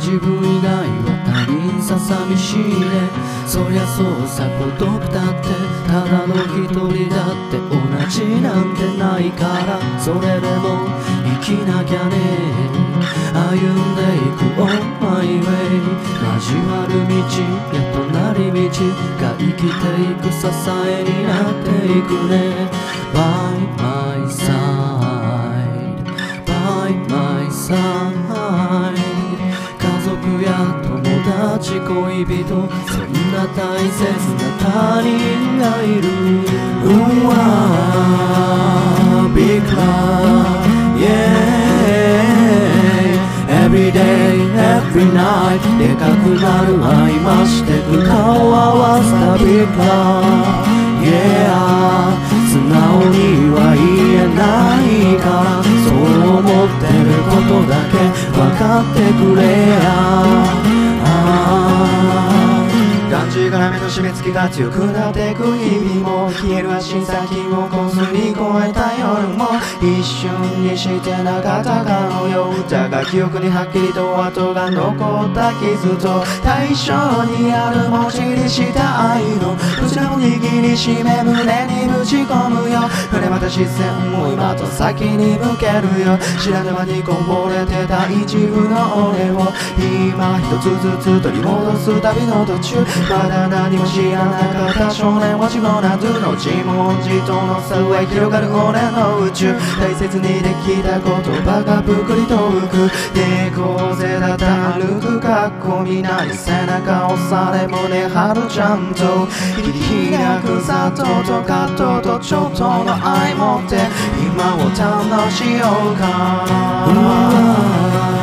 自分以外は他人さ寂しいね。そりゃそうさ孤独だってただの一人だって同じなんてないから、それでも生きなきゃね。歩んでいく On my way 交わる道や隣道が生きていく支えになっていくね。 By my side By my side 家族や友達恋人そんな大切な他人がいる。うわ Big love yeah Every day, every night でかくなる愛ましてく顔合わせた Big love Yeah 素直には言えないからそう思ってることだけ分かってくれや。がんじがらめの締め付けが強くなってく日々も消える足先をこすり越えた夜も一瞬にしてなかったかのようだが記憶にはっきりと跡が残った傷と対象にある文字にした愛のどちらも握りしめ胸にぶち込むよ。触れまた視線を今と先に向けるよ。知らぬ間にこぼれてた一部の俺を今一つずつ取り戻す旅の途中まだ何も知らなかった少年は自分などの自問自答の差へ広がる俺の宇宙大切にできた言葉がぷくりと浮く猫背だった歩く格好になり背中押され胸張るちゃんと切り開く砂糖と葛藤とちょっとの愛持って今を楽しようか。